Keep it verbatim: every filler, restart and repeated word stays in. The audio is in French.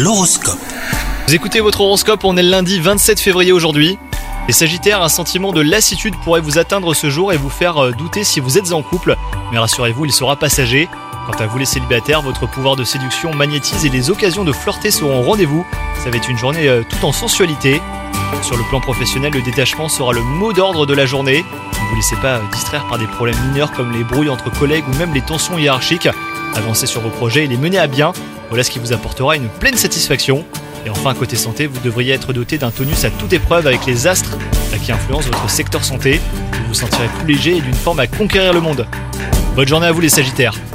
L'horoscope. Vous écoutez votre horoscope, on est le lundi vingt-sept février aujourd'hui. Les Sagittaires, un sentiment de lassitude pourrait vous atteindre ce jour et vous faire douter si vous êtes en couple. Mais rassurez-vous, il sera passager. Quant à vous les célibataires, votre pouvoir de séduction magnétise et les occasions de flirter seront au rendez-vous. Ça va être une journée euh, toute en sensualité. Sur le plan professionnel, le détachement sera le mot d'ordre de la journée. Ne vous laissez pas distraire par des problèmes mineurs comme les brouilles entre collègues ou même les tensions hiérarchiques. Avancez sur vos projets et les menez à bien. Voilà ce qui vous apportera une pleine satisfaction. Et enfin, côté santé, vous devriez être doté d'un tonus à toute épreuve avec les astres qui influencent votre secteur santé. Vous vous sentirez plus léger et d'une forme à conquérir le monde. Bonne journée à vous les Sagittaires.